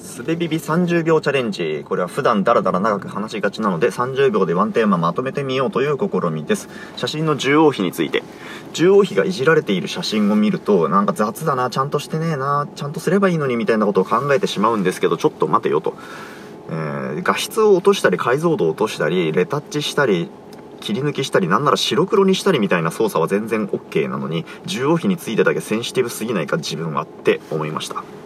すべビビ30秒チャレンジ。これは普段ダラダラ長く話しがちなので30秒でワンテーマまとめてみようという試みです。写真の重王妃について。重王妃がいじられている写真を見ると、なんか雑だな、ちゃんとしてねえな、ちゃんとすればいいのにみたいなことを考えてしまうんですけど、ちょっと待てよと。画質を落としたり解像度を落としたり、レタッチしたり、切り抜きしたり、なんなら白黒にしたりみたいな操作は全然 OK なのに、重王妃についてだけセンシティブすぎないか自分はって思いました。